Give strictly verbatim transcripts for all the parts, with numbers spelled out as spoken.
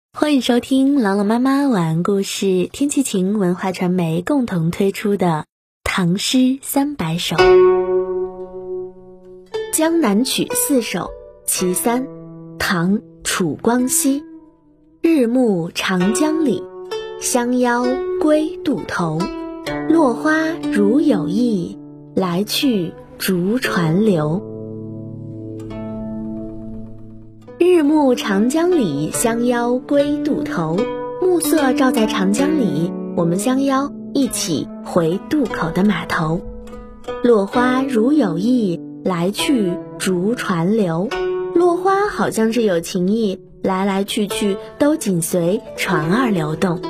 欢迎收听朗朗妈妈晚安故事，天气晴文化传媒共同推出的《唐诗三百首》。江南曲四首其三，唐·楚光熙。日暮长江里，相邀归渡头。落花如有意，来去逐船流。日暮长江里，相邀归渡头。暮色照在长江里，我们相邀一起回渡口的码头。落花如有意，来去逐船流。落花好像是有情意，来来去去都紧随船儿流动。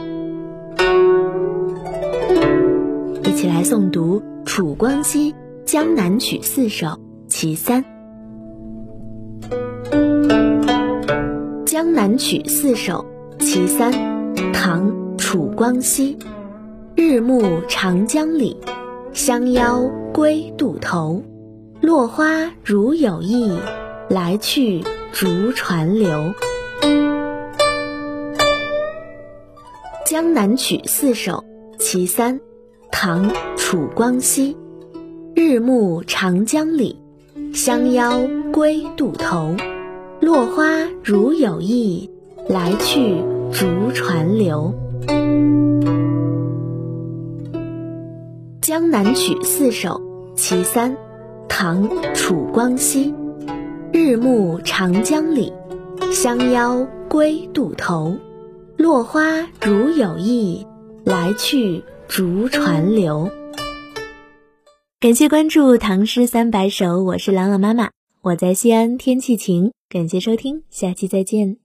一起来诵读楚光熙《江南曲四首·其三》。江南曲四首其三，唐·楚光熙。日暮长江里，相邀归渡头。落花如有意，来去逐船流。江南曲四首其三，唐·楚光熙。日暮长江里，相邀归渡头。落花如有意，来去逐船流。江南曲四首其三，唐·楚光熙。日暮长江里，相邀归渡头。落花如有意，来去逐船流。感谢关注唐诗三百首，我是朗朗妈妈，我在西安，天气晴。感谢收听，下期再见。